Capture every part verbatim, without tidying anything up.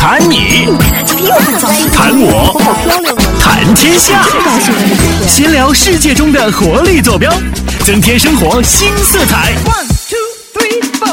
谈你，谈我，谈天下，闲聊世界中的活力坐标，增添生活新色彩。One two three four。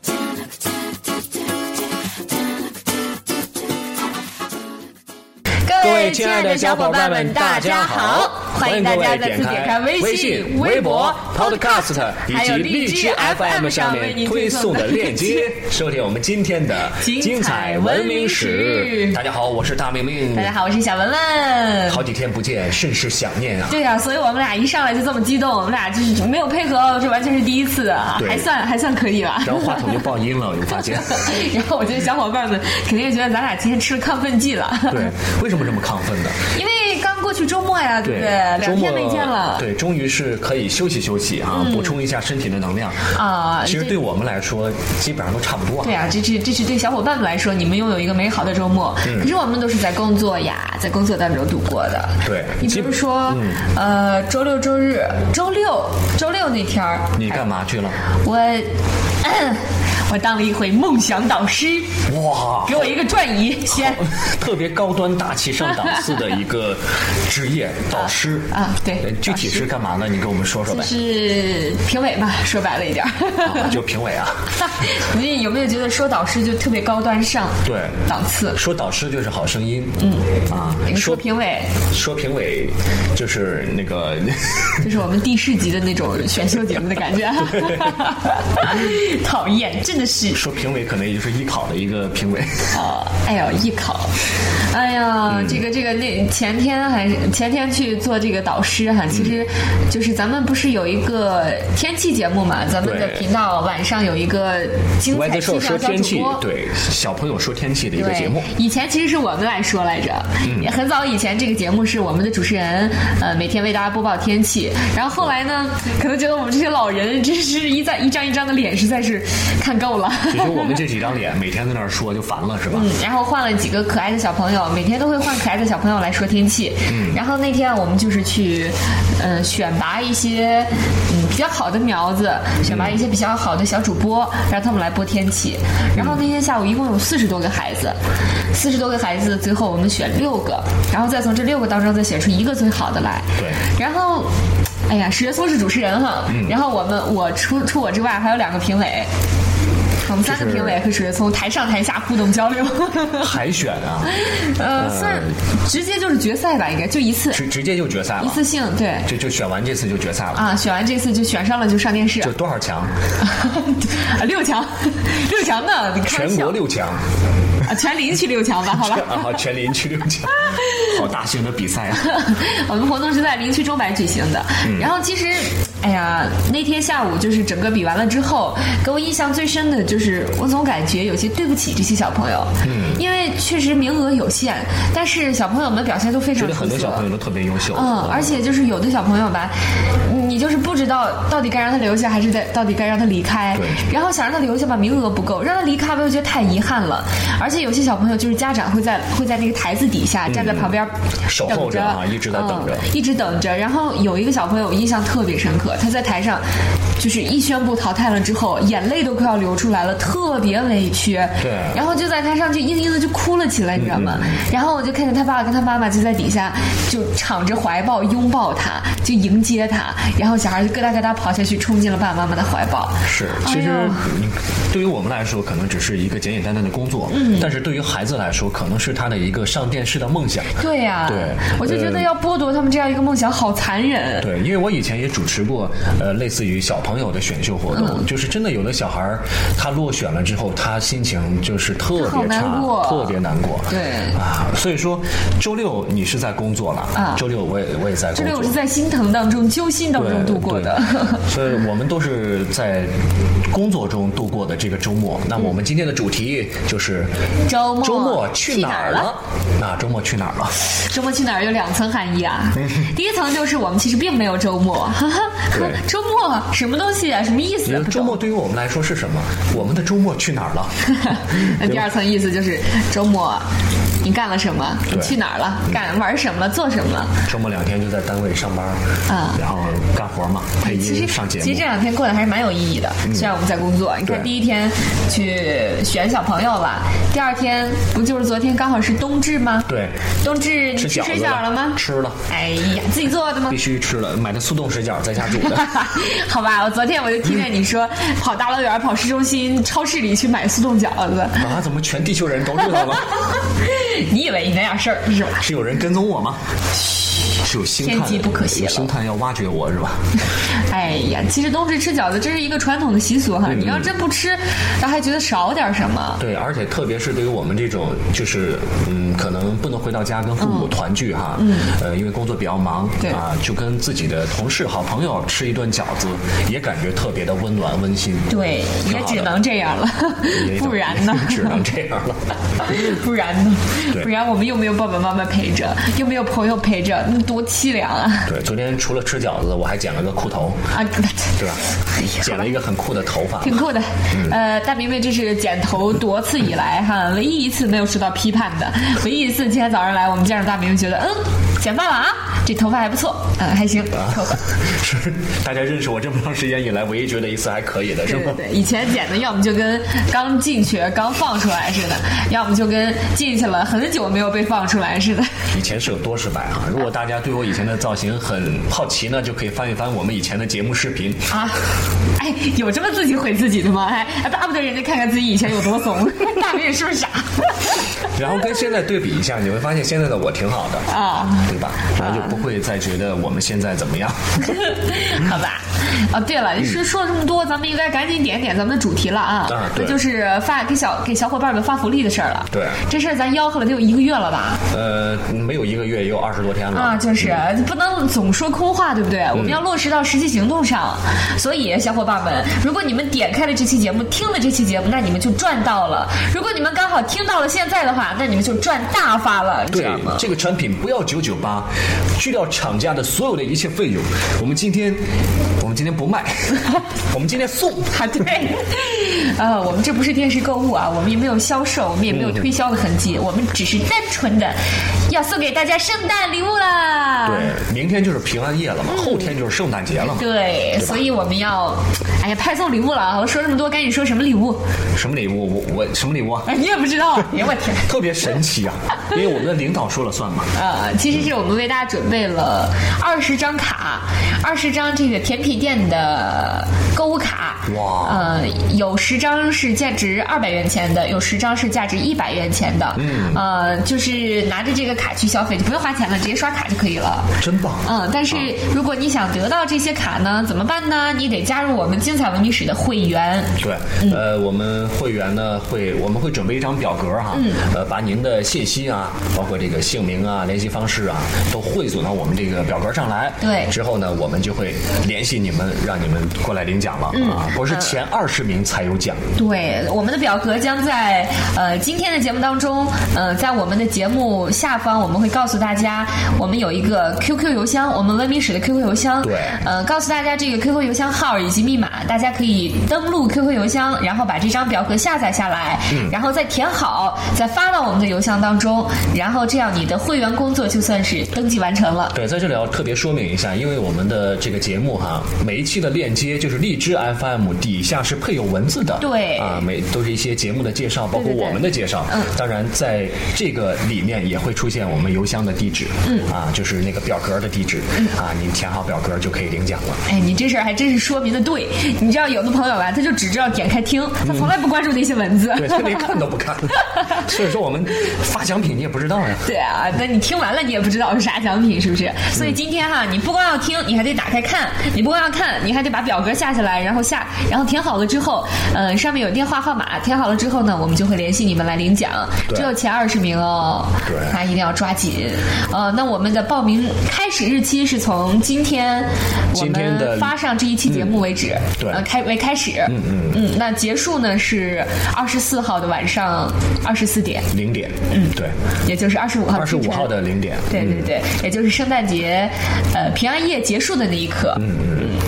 各位亲爱的小伙伴们，大家好！欢迎大家再次点开微信、微博、Podcast 以及荔枝 F M 上面推送的链接，收听我们今天的精彩文明史。大家好，我是大明明。 大家好，我是小文文。 好几天不见，甚是想念啊！ 对啊，所以我们俩一上来就这么激动，我们俩就是没有配合，这完全是第一次啊，还算还算可以吧。 然后话筒就爆音了，我就发现。 然后我觉得小伙伴们肯定觉得咱俩今天吃了亢奋剂了。 对，为什么这么亢奋呢？ 因为刚过去周末呀，对不对？两天没见了。 对，终于是可以休息休息啊，嗯、补充一下身体的能量啊。 其实对我们来说，基本上都差不多、啊。 对啊，这是这是对小伙伴们来说，你们拥有一个美好的周末。嗯、可是我们都是在工作呀，在工作当中度过的。 对， 你比如说，嗯、呃，周六周日，周六周六那天儿， 你干嘛去了？ 我。嗯我当了一回梦想导师， 哇！ 给我一个转移，先特别高端大气上档次的一个职业导师啊，啊对， 具体是干嘛呢？你跟我们说说呗。 是评委嘛，说白了一点、 啊，就评委啊。 你有没有觉得说导师就特别高端上对档次？ 说导师就是好声音， 嗯啊， 说评委， 说评委就是那个， 就是我们第四级的那种选秀节目的感觉。讨厌，真的。是说评委可能也就是艺考的一个评委哦，哎呦艺考，哎呀、嗯，这个这个那前天还是前天去做这个导师哈，其实就是咱们不是有一个天气节目嘛，咱们的频道晚上有一个精彩气象小主播， 对小朋友说天气的一个节目。 以前其实是我们来说来着，嗯、很早以前这个节目是我们的主持人呃每天为大家播报天气，然后后来呢，可能觉得我们这些老人真是一在一张一张的脸实在是看够了。 其实我们这几张脸每天在那儿说就烦了，是吧？ 嗯，然后换了几个可爱的小朋友，每天都会换可爱的小朋友来说天气。嗯，然后那天我们就是去，呃，选拔一些嗯比较好的苗子，选拔一些比较好的小主播，让他们来播天气。然后那天下午一共有四十多个孩子，四十多个孩子，最后我们选六个，然后再从这六个当中再选出一个最好的来。 对， 然后。哎呀，史月松是主持人哈，嗯、然后我们我除除我之外还有两个评委，我们三个评委和史月松台上台下互动交流。 海选啊？ 呃，算直接就是决赛吧，应该就一次， 直直接就决赛了， 一次性对， 就就选完这次就决赛了啊，选完这次就选上了就上电视， 就多少强？ 六强，六强呢？ 全国六强。 啊，全林区六强吧，好吧。 啊，全林区六强，好大型的比赛啊！ 我们活动是在林区中百举行的。嗯、然后其实，哎呀，那天下午就是整个比完了之后，给我印象最深的就是，我总感觉有些对不起这些小朋友。嗯。因为确实名额有限，但是小朋友们表现都非常出色。 很多小朋友都特别优秀。 嗯，而且就是有的小朋友吧，你就是不知道到底该让他留下还是在到底该让他离开。 对。 然后想让他留下吧，名额不够；让他离开吧，又觉得太遗憾了。而且有些小朋友就是家长会在会在那个台子底下、嗯、站在旁边守候着啊，一直在等着、 嗯，一直等着。然后有一个小朋友我印象特别深刻，他在台上就是一宣布淘汰了之后，眼泪都快要流出来了，特别委屈。 对。 然后就在台上就嘤嘤的就哭了起来，你知道吗？嗯、然后我就看见他爸爸跟他妈妈就在底下就敞着怀抱拥抱他，就迎接他，然后小孩就咯哒咯哒跑下去，冲进了爸爸妈妈的怀抱。 是，其实、哎、对于我们来说，可能只是一个简简单单的工作，嗯，但是对于孩子来说，可能是他的一个上电视的梦想。 对呀、啊， 对， 我就觉得要剥夺他们这样一个梦想，好残忍。 对，因为我以前也主持过，呃，类似于小朋友的选秀活动，嗯、就是真的有的小孩他落选了之后，他心情就是特别差，特别难过。 对啊，所以说周六你是在工作了啊，周六我也我也在工作。 周六我是在心疼当中、揪心当中度过的， 所以我们都是在工作中度过的这个周末。那么我们今天的主题就是周末周末去哪儿了？那周末去哪儿了？ 周末去哪儿有两层含义啊。第一层就是我们其实并没有周末，哈哈， 周末什么东西啊？什么意思？ 周末对于我们来说是什么？我们的周末去哪儿了？ 那第二层意思就是周末你干了什么？你去哪儿了？干玩什么？做什么？ 周末两天就在单位上班，啊、嗯，然后干活嘛，配音上节目。 其实这两天过得还是蛮有意义的，嗯、虽然我们在工作。你看第一天去选小朋友了，第二天不就是昨天刚好是冬至吗？ 对， 冬至你吃水饺了吗？ 吃了。 哎呀，自己做的吗？ 必须吃了，买的速冻水饺在家煮的。 好吧，我昨天我就听见你说跑大老远跑市中心超市里去买速冻饺子啊，怎么全地球人都知道了？ 你以为你那点事儿是吧？ 是有人跟踪我吗？是有星探， 天机不可泄露， 有星探要挖掘我是吧？ 哎呀，其实冬至吃饺子这是一个传统的习俗哈，嗯、你要真不吃，然后还觉得少点什么。 对，而且特别是对于我们这种就是嗯，可能不能回到家跟父母团聚哈，嗯，呃，因为工作比较忙，对啊，就跟自己的同事、好朋友吃一顿饺子，也感觉特别的温暖温馨。 对，也只能这样了，不然呢？ 只能这样了， 不然呢？不然我们又没有爸爸妈妈陪着，又没有朋友陪着，那多凄凉啊！ 对，昨天除了吃饺子，我还剪了个裤头啊，对吧？剪了一个很酷的头发， 挺酷的。嗯、呃，大明明这是剪头多次以来哈，唯一一次没有受到批判的，唯一一次今天早上来我们见着大明明觉得嗯，剪发了啊，这头发还不错，嗯，还行，头发、啊、 是大家认识我这么长时间以来唯一觉得一次还可以的，是吗？ 对对对，以前剪的要么就跟刚进去刚放出来似的，要么就跟进去了很久没有被放出来似的。 以前是有多失败啊！如果大家对我以前的造型很好奇呢，就可以翻一翻我们以前的节目视频啊。哎，有这么自己毁自己的吗？哎，巴不得人家看看自己以前有多怂。大明是不是傻？ 然后跟现在对比一下，你会发现现在的我挺好的啊，对吧？然后就不会再觉得我们现在怎么样。 好吧。哦，对了，你说说了这么多，咱们应该赶紧点点咱们的主题了啊！啊，对，就是发给小给小伙伴们发福利的事儿了。 对， 这事儿咱吆喝了得有一个月了吧？ 呃，没有一个月，也有二十多天了啊！就是、嗯、不能总说空话，对不对？嗯、我们要落实到实际行动上。所以，小伙伴们，如果你们点开了这期节目，听了这期节目，那你们就赚到了；如果你们刚好听到了现在的话，那你们就赚大发了， 知道吗？这个产品不要九九八，去掉厂家的所有的一切费用，我们今天我们今天不卖，我们今天送啊！对，呃，我们这不是电视购物啊，我们也没有销售，我们也没有推销的痕迹，嗯、我们只是单纯的要送给大家圣诞礼物啦。 对，明天就是平安夜了嘛，嗯、后天就是圣诞节了嘛。 对，对所以我们要，哎呀，派送礼物了啊！我说这么多，赶紧说什么礼物？ 什么礼物？我我什么礼物啊？ 你也不知道？哎我天， 特别神奇啊！因为我们的领导说了算嘛。 呃，其实是我们为大家准备了二十张卡，二十张这个甜品店的购物卡。 哇！ 呃，有十张是价值二百元钱的，有十张是价值一百元钱的。嗯。呃，就是拿着这个卡去消费，就不用花钱了，直接刷卡就可以了。 真棒！ 嗯，但是如果你想得到这些卡呢，怎么办呢？你得加入我们精彩文明史的会员。 对，嗯、呃，我们会员呢会我们会准备一张表格哈，嗯、呃，把您的信息啊，包括这个姓名啊、联系方式啊，都汇总到我们这个表格上来。 对。 之后呢，我们就会联系你们，让你们过来领奖了、嗯、啊！不是前二十名才有奖。 对，我们的表格将在呃今天的节目当中，呃，在我们的节目下方，我们会告诉大家，我们有一个 Q Q 邮箱，我们文明史的 Q Q 邮箱。 对。 呃，告诉大家这个 Q Q 邮箱号以及密码，大家可以登录 Q Q 邮箱，然后把这张表格下载下来，嗯、然后再填好，再发到我们的邮箱当中，然后这样你的会员工作就算是登记完成了。 对，在这里要特别说明一下，因为我们的这个节目哈，每一期的链接就是荔枝 F M 底下是配有文字的。 对。 啊，每都是一些节目的介绍，包括我们的介绍。对对对嗯。当然，在这个里面也会出现我们邮箱的地址。嗯。啊，就是那个表格的地址。嗯。啊，您填好表格就可以领奖了。 哎，你这事儿还真是说明的对。你知道有的朋友啊，他就只知道点开听，他从来不关注那些文字。 嗯、对，他连看都不看。所以说我们发奖品你也不知道呀。 对啊，那你听完了你也不知道是啥奖品，是不是？所以今天哈，你不光要听，你还得打开看；你不光要看，你还得把表格下下来，然后下，然后填好了之后，呃，上面有电话号码，填好了之后呢，我们就会联系你们来领奖。只有前二十名哦， 对， 大家一定要抓紧。呃，那我们的报名开始日期是从今天我们发上这一期节目为止， 嗯、对， 呃，开为开始。嗯嗯嗯，那结束呢是二十四号的晚上二十四点零点。嗯，对， 也就是二十五号二十五号的零点。 对对对，嗯、也就是圣诞节呃平安夜结束的那一刻。嗯嗯。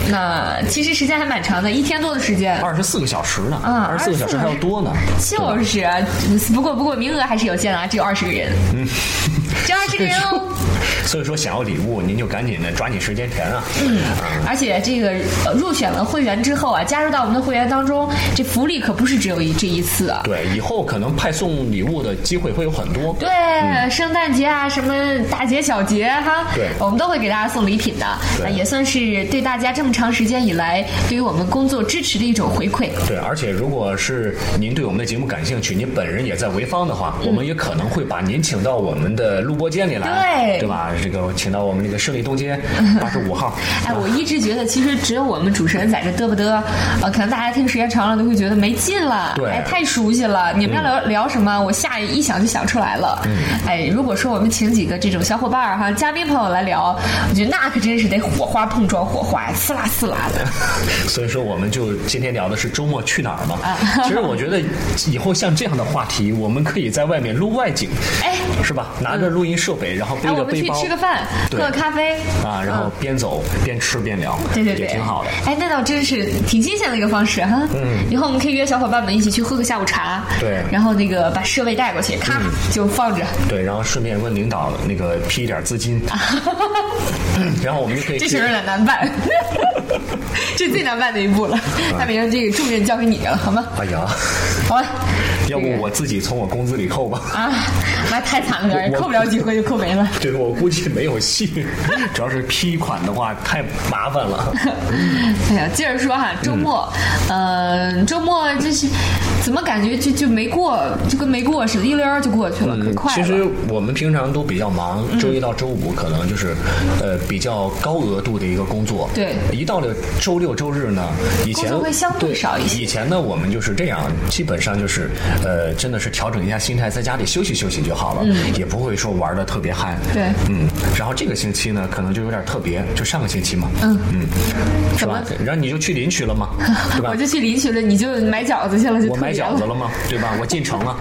那其实时间还蛮长的，一天多的时间， 二十四个小时呢， 啊， 二十四个小时还要多呢。 就是，不过不过名额还是有限的啊，只有二十个人。嗯，只有二十个人哦。 所以说，想要礼物，您就赶紧的抓紧时间填啊。 嗯，而且这个入选了会员之后啊，加入到我们的会员当中，这福利可不是只有一这一次啊。 对，以后可能派送礼物的机会会有很多。 对，嗯、圣诞节啊，什么大节小节哈， 对， 我们都会给大家送礼品的，啊，也算是对大家这么长时间以来对于我们工作支持的一种回馈。 对，而且如果是您对我们的节目感兴趣，您本人也在潍坊的话，嗯、我们也可能会把您请到我们的录播间里来， 对， 对吧？这个请到我们这个胜利东街八十五号。 哎，我一直觉得其实只有我们主持人在这嘚不嘚，呃，可能大家听时间长了都会觉得没劲了， 对， 哎，太熟悉了。你们要聊、嗯、聊什么？我下一想就想出来了。嗯，哎，如果说我们请几个这种小伙伴儿哈，嘉宾朋友来聊，我觉得那可真是得火花碰撞，火花呲啦呲啦的。 所以说，我们就今天聊的是周末去哪儿嘛。啊、其实我觉得以后像这样的话题，我们可以在外面录外景，哎，是吧？拿着录音设备，嗯、然后背着背包， 哎、我们去吃个饭，喝个咖啡啊，然后边走、嗯、边吃边聊， 对对对， 也挺好的。 哎，那倒真是挺新鲜的一个方式哈。嗯，以后我们可以约小伙伴们一起去喝个下午茶， 对， 然后那个把设备带过去，咔、嗯、就放着， 对，然后顺便问领导那个批一点资金，然后我们就可以。 这事有点难办，这最难办的一步了。那明天这个重任交给你了，好吗？ 哎呀， 好吧。 要不我自己从我工资里扣吧？ 啊，那太惨了，扣不了几回就扣没了。 对，我估计没有戏，主要是批款的话太麻烦了。 哎呀，接着说哈，周末，嗯、呃，周末这是怎么感觉就就没过，就跟没过似的，一溜就过去了，可快了。 其实我们平常都比较忙，周一到周五可能就是、嗯、呃比较高额度的一个工作。 对， 一到了周六周日呢，以前工作会相对少一些。 以前呢，我们就是这样，基本上就是。呃，真的是调整一下心态，在家里休息休息就好了，嗯、也不会说玩的特别嗨。 对， 嗯。然后这个星期呢，可能就有点特别，就上个星期嘛，嗯嗯，是吧？然后你就去林区了嘛，对吧？ 我就去林区了，你就买饺子去了，就我买饺子了吗？对吧？我进城了。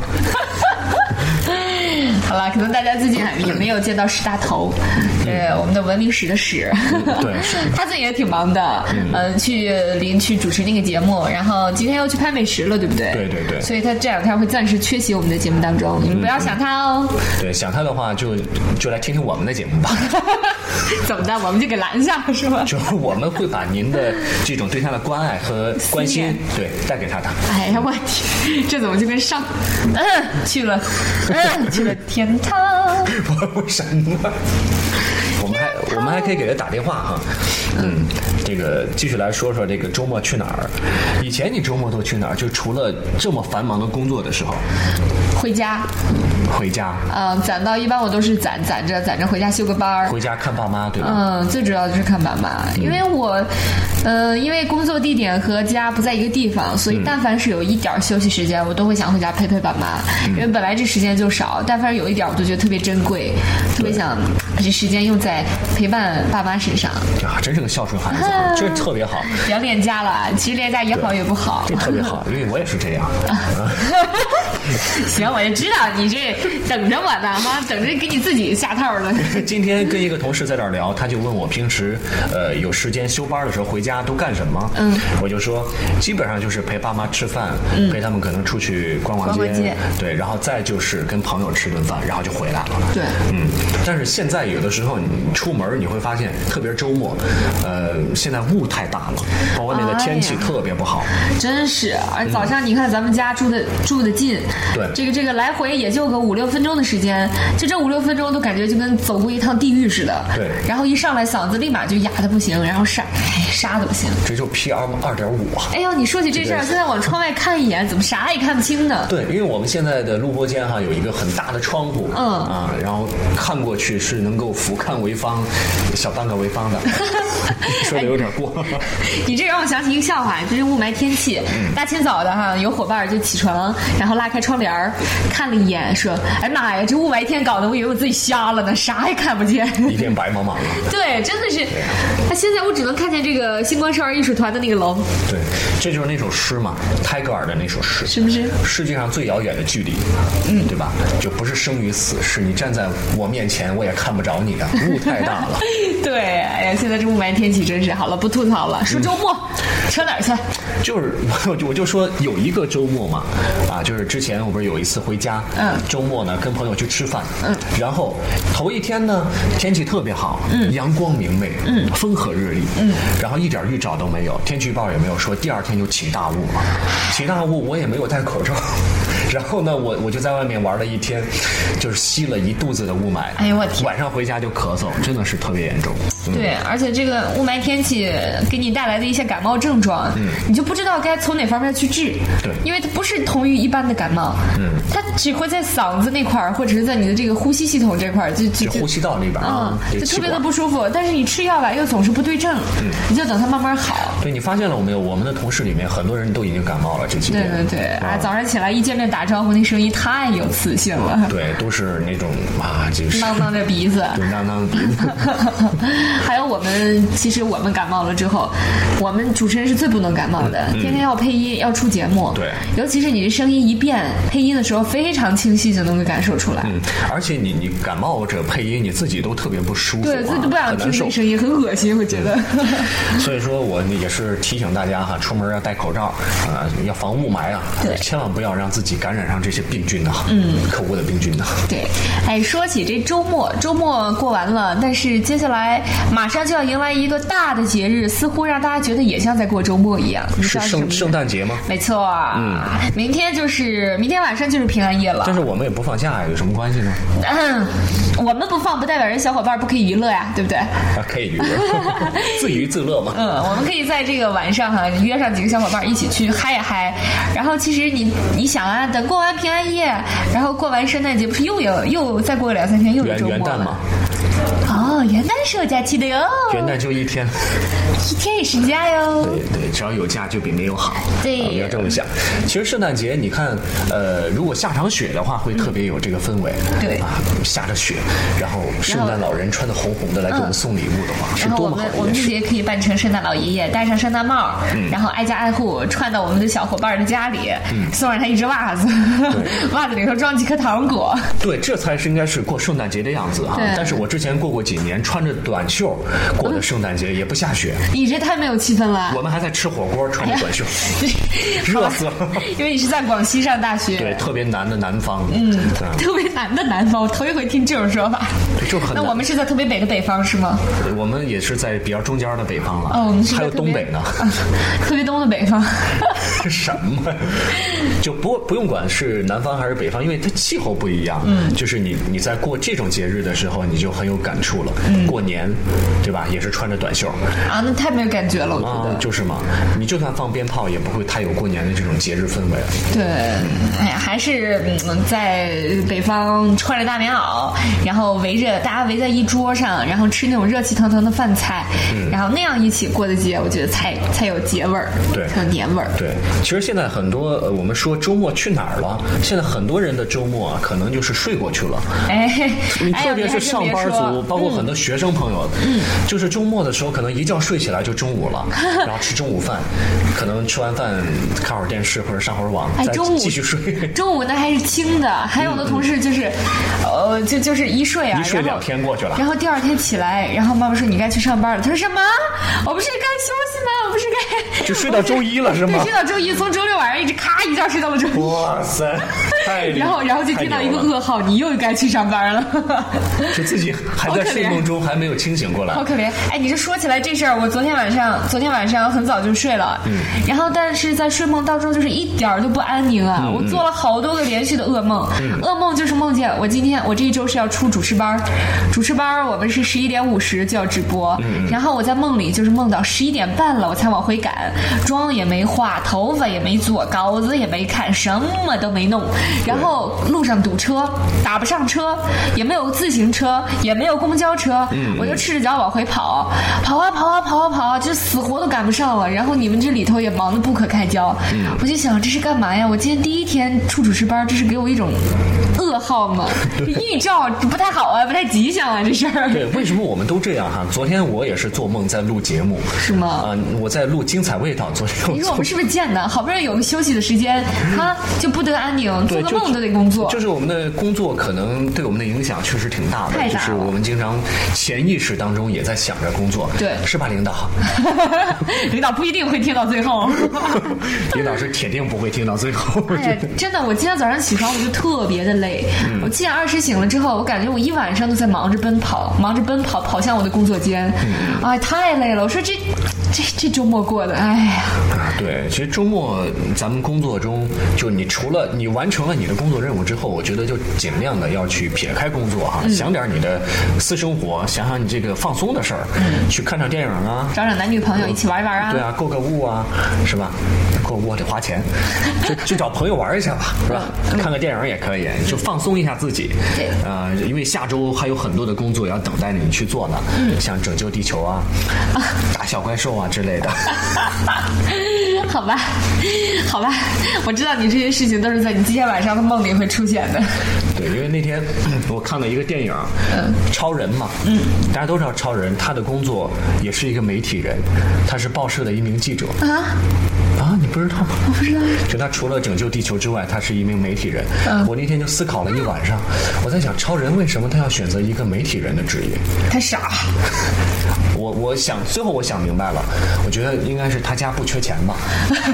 好了，可能大家最近也没有见到史大头，呃、嗯，我们的文明史的史， 对， 他最近也挺忙的，嗯、呃，去林区主持那个节目，然后今天又去拍美食了，对不对？ 对对对。 所以他这两天会暂时缺席我们的节目当中，你们不要想他哦。 对，想他的话就就来听听我们的节目吧。 怎么的？我们就给拦下是吗？ 就我们会把您的这种对他的关爱和关心，对，带给他的。 哎呀，我天，这怎么就跟上嗯去了嗯去了天堂？ 为什么？我们还我们还可以给他打电话哈，嗯，这个继续来说说这个周末去哪儿？以前你周末都去哪儿？就除了这么繁忙的工作的时候， 回家。 回家， 嗯，攒到一般我都是攒攒着攒着回家休个班儿， 回家看爸妈，对吧？ 嗯，最主要就是看爸妈，因为我，呃，因为工作地点和家不在一个地方，所以但凡是有一点休息时间，我都会想回家陪陪爸妈，因为本来这时间就少，但凡有一点我都觉得特别珍贵，特别想把这时间用在陪伴爸妈身上。 呀，真是个孝顺孩子，啊、这特别好。 不要恋家了，其实恋家也好也不好， 这特别好，因为我也是这样。 行，我就知道你这等着我呢，哈，等着给你自己下套了。 今天跟一个同事在这儿聊，他就问我平时呃有时间休班的时候回家都干什么？嗯，我就说基本上就是陪爸妈吃饭，嗯、陪他们可能出去逛逛街， 逛逛街对，然后再就是跟朋友吃顿饭，然后就回来了。 对， 嗯，但是现在有的时候你出门你会发现，特别是周末，呃，现在雾太大了，包括外面的天气特别不好。 哎、真是，而早上你看咱们家住的、嗯、住的近， 对， 这个这个来回也就个五六分钟的时间，就这五六分钟都感觉就跟走过一趟地狱似的。 对， 然后一上来嗓子立马就哑的不行，然后啥哎啥都不行。 这就 P M 二点五啊！ 哎呦，你说起这事儿，现在往窗外看一眼，怎么啥也看不清呢？ 对，因为我们现在的录播间哈有一个很大的窗户，嗯啊，然后看过去是能够俯瞰潍坊小半个潍坊的。说的有点过。 哎、你这让我想起一个笑话，就是雾霾天气，嗯、大清早的哈，有伙伴就起床，然后拉开窗帘看了一眼，说：“哎妈呀，这雾霾天搞得我以为我自己瞎了呢，啥也看不见。” 一片白茫茫的。 对，真的是。他现在我只能看见这个星光少儿艺术团的那个楼。 对，这就是那首诗嘛，泰戈尔的那首诗， 是不是？ 世界上最遥远的距离，嗯，对吧？就不是生与死，是你站在我面前，我也看不着你啊，雾太大了。 对，哎呀，现在这雾霾天气真是好了，不吐槽了。说周末，嗯、扯哪儿去？ 就是我就我就说有一个周末嘛，啊，就是之前我不是有一次回家，嗯，周末呢跟朋友去吃饭，嗯，然后头一天呢天气特别好，嗯，阳光明媚，嗯，风和日丽，嗯，然后一点预兆都没有，天气预报也没有说第二天就起大雾嘛，起大雾我也没有戴口罩。然后呢，我我就在外面玩了一天，就是吸了一肚子的雾霾。 哎呦我天！ 晚上回家就咳嗽，真的是特别严重。 嗯、对，而且这个雾霾天气给你带来的一些感冒症状，嗯，你就不知道该从哪方面去治。 对， 因为它不是同于一般的感冒，嗯，它只会在嗓子那块儿，或者是在你的这个呼吸系统这块儿，就就就呼吸道那边啊、嗯，就特别的不舒服。但是你吃药吧，又总是不对症，嗯，你就等它慢慢好。 对，你发现了没有？我们的同事里面很多人都已经感冒了这几天。 对对对，啊，早上起来一见面打招呼，那声音太有磁性了。 对，都是那种啊，就是囔囔的鼻子， 对，囔囔的鼻子。 还有我们，其实我们感冒了之后，我们主持人是最不能感冒的，嗯、天天要配音，要出节目。 对， 尤其是你的声音一变，配音的时候非常清晰，就能够感受出来。 嗯，而且你你感冒者配音，你自己都特别不舒服， 对，自己都不想听这个声音，很恶心，我觉得。 嗯、所以说我也是提醒大家哈，出门要戴口罩啊、呃，要防雾霾啊， 对， 千万不要让自己感染上这些病菌呐，嗯，可恶的病菌呐。 对，哎，说起这周末，周末过完了，但是接下来马上就要迎来一个大的节日，似乎让大家觉得也像在过周末一样。 是圣圣诞节吗？ 没错，嗯，明天就是明天晚上就是平安夜了。 但是我们也不放假呀，有什么关系呢？ 嗯，我们不放不代表人小伙伴不可以娱乐呀，对不对？ 啊，可以娱乐，自娱自乐嘛。 嗯，我们可以在这个晚上哈、啊，约上几个小伙伴一起去嗨一嗨。然后其实你你想啊，等过完平安夜，然后过完圣诞节，不是又有又再过两三天又有周末了？ 元旦嘛。 哦，元旦是有假期的哟。 元旦就一天， 一天也是假哟。 对对，只要有假就比没有好。 对， 你要这么想。其实圣诞节，你看，呃，如果下场雪的话，会特别有这个氛围。 嗯、对啊，下着雪，然后圣诞老人穿的红红的来给我们送礼物的话，嗯、是多么好的一件事。 然后我们我们自己也可以扮成圣诞老爷爷，戴上圣诞帽，嗯、然后挨家挨户串到我们的小伙伴的家里，嗯、送上他一只袜子，袜子里头装几颗糖果。 对，这才是应该是过圣诞节的样子哈。但是我之前过过几年穿着短袖过的圣诞节，也不下雪。 你这太没有气氛了。 我们还在吃火锅，穿着短袖，热死了。 因为你是在广西上大学， 对，特别南的南方， 嗯，特别南的南方，我头一回听这种说法。 对，就很。 那我们是在特别北的北方是吗？ 我们也是在比较中间的北方了。 哦，我们是还有东北呢， 啊、特别东的北方。 什么？就不不用管是南方还是北方，因为它气候不一样。嗯，就是你你在过这种节日的时候，你就很有感触了。嗯，过年，对吧？也是穿着短袖。 啊，那太没有感觉了，我觉得。 啊，就是嘛，你就算放鞭炮，也不会太有过年的这种节日氛围了。 对，哎呀，还是嗯，在北方穿着大棉袄，然后围着大家围在一桌上，然后吃那种热气腾腾的饭菜，嗯、然后那样一起过的节，我觉得才才有节味儿， 对， 才有年味儿。 对，其实现在很多、呃、我们说周末去哪儿了？现在很多人的周末啊，可能就是睡过去了。 哎， 你特别是上班族，哎、包括很多学生朋友，嗯，就是周末的时候可能一觉睡起来就中午了，然后吃中午饭，可能吃完饭看会儿电视或者上会儿网， 哎， 再继续睡。 中午那还是轻的，还有的同事就是，嗯、呃，就就是一睡啊， 一睡两天过去了， 然后第二天起来，然后妈妈说你该去上班了，他说什么？我不是该休息吗？我不是该就睡到周一了是吗？ 对，睡到周一，从周六晚上一直咔一觉睡到了周一。 哇塞！太然后然后就听到一个噩耗，你又该去上班了。 就自己还在睡梦中，还没有清醒过来， 好可怜。哎，你这说起来这事儿，我昨天晚上昨天晚上很早就睡了，嗯，然后但是在睡梦当中就是一点儿都不安宁啊，嗯、我做了好多个连续的噩梦，嗯、噩梦就是梦见我今天我这一周是要出主持班，主持班我们是十一点五十就要直播，嗯、然后我在梦里就是梦到十一点半了我才往回赶，妆也没化，头发也没做，稿子也没看，什么都没弄，然后路上堵车，打不上车，也没有自行车，也没有公交车，嗯、我就赤着脚往回跑，跑啊跑啊跑啊跑啊，就死活都赶不上了。然后你们这里头也忙得不可开交，嗯、我就想这是干嘛呀？我今天第一天出主持班，这是给我一种噩耗吗？预兆不太好啊，不太吉祥啊，这事儿。 对，为什么我们都这样哈？昨天我也是做梦在录节目， 是吗？ 啊、呃，我在录精彩味道。昨天你说我们是不是贱呢？好不容易有个休息的时间，哈，就不得安宁，做个梦都得工作。 就是我们的工作可能对我们的影响确实挺大的， 太大了。 就是我们经常潜意识当中也在想着工作， 对， 是吧，领导？ 领导不一定会听到最后， 领导是铁定不会听到最后。 哎呀，真的，我今天早上起床我就特别的累。嗯、我七点二十醒了之后，我感觉我一晚上都在忙着奔跑，忙着奔跑，跑向我的工作间。嗯、哎，太累了。我说这这这周末过的，哎呀。 啊，对，其实周末咱们工作中，就你除了你完成了你的工作任务之后，我觉得就尽量的要去撇开工作哈，嗯、想点你的私生活，想想你这个放松的事儿，嗯、去看场电影啊， 找找男女朋友一起玩一玩啊。 对啊，购个物啊，是吧？购物得花钱，就就找朋友玩一下吧，是吧？嗯、看个电影也可以，就放松一下自己。 对， 呃，因为下周还有很多的工作要等待你去做呢，嗯、像拯救地球啊、啊打小怪兽啊之类的。 好吧，好吧，我知道你这些事情都是在你今天晚上的梦里会出现的。 对，因为那天我看了一个电影，嗯，超人嘛，嗯，大家都知道超人，他的工作也是一个媒体人，他是报社的一名记者。啊啊，你不知道吗？ 我不知道。 就他除了拯救地球之外，他是一名媒体人。嗯，我那天就思考了一晚上，我在想，超人为什么他要选择一个媒体人的职业？ 他傻。 我我想最后我想明白了，我觉得应该是他家不缺钱吧。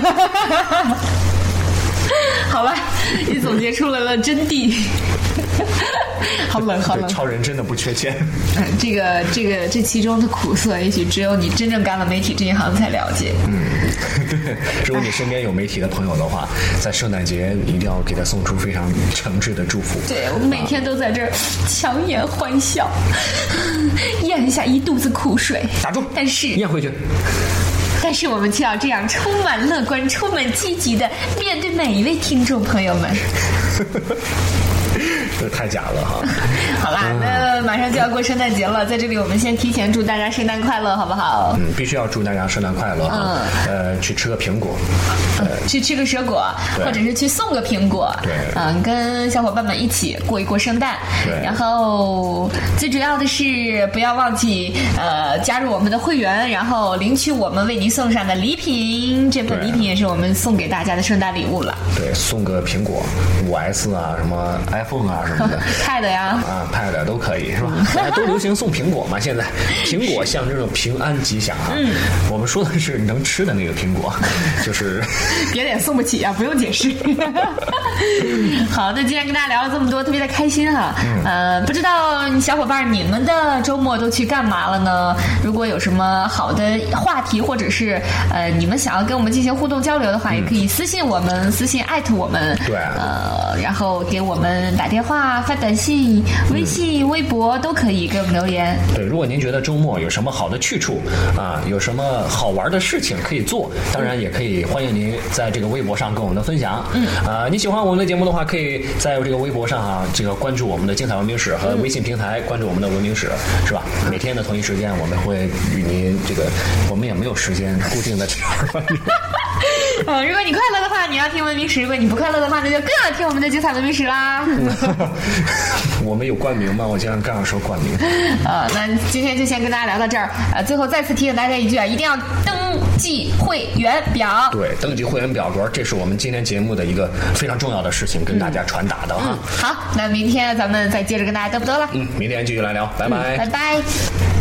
好吧，你总结出来了真谛。好冷，好冷。 超人真的不缺钱。 嗯，这个这个这其中的苦涩，也许只有你真正干了媒体这一行才了解。 嗯，对。如果你身边有媒体的朋友的话，在圣诞节一定要给他送出非常诚挚的祝福。 对，我们每天都在这儿强颜欢笑，咽下一肚子苦水。 打住！ 但是咽回去。 但是我们却要这样充满乐观、充满积极的面对每一位听众朋友们。 这太假了哈！ 好啦，那马上就要过圣诞节了，在这里我们先提前祝大家圣诞快乐，好不好？ 嗯，必须要祝大家圣诞快乐哈！嗯，呃，去吃个苹果， 呃，去吃个水果，或者是去送个苹果， 对， 嗯，跟小伙伴们一起过一过圣诞。 对， 然后最主要的是不要忘记呃加入我们的会员，然后领取我们为您送上的礼品。这份礼品也是我们送给大家的圣诞礼物了。 对，送个苹果五 S 啊，什么 iPhone 啊什么的 ，Pad 呀， 啊 Pad 都可以是吧？大家都流行送苹果嘛，现在苹果象征着平安吉祥啊。嗯，我们说的是能吃的那个苹果，就是别的也送不起啊，不用解释。好，那今天跟大家聊了这么多，特别的开心哈。嗯、呃，不知道小伙伴你们的周末都去干嘛了呢？如果有什么好的话题，或者是呃你们想要跟我们进行互动交流的话，嗯、也可以私信我们，私信艾特我们。 对， 呃，然后给我们打电话、发短信、微信、微博都可以给我们留言。 对，如果您觉得周末有什么好的去处啊，有什么好玩的事情可以做，当然也可以欢迎您在这个微博上跟我们的分享。嗯，啊，你喜欢我们的节目的话，可以在这个微博上啊，这个关注我们的精彩文明史和微信平台关注我们的文明史，是吧？每天的同一时间，我们会与您这个，我们也没有时间固定的这样。 嗯，如果你快乐的话，你要听文明史；如果你不快乐的话，那就更要听我们的精彩文明史啦。 我们有冠名吗？我经常刚要说冠名。 呃，那今天就先跟大家聊到这儿。呃，最后再次提醒大家一句啊，一定要登记会员表。 对，登记会员表格，这是我们今天节目的一个非常重要的事情，跟大家传达的哈、 嗯嗯。好，那明天咱们再接着跟大家嘚不嘚了。 嗯，明天继续来聊，拜拜， 嗯、拜拜。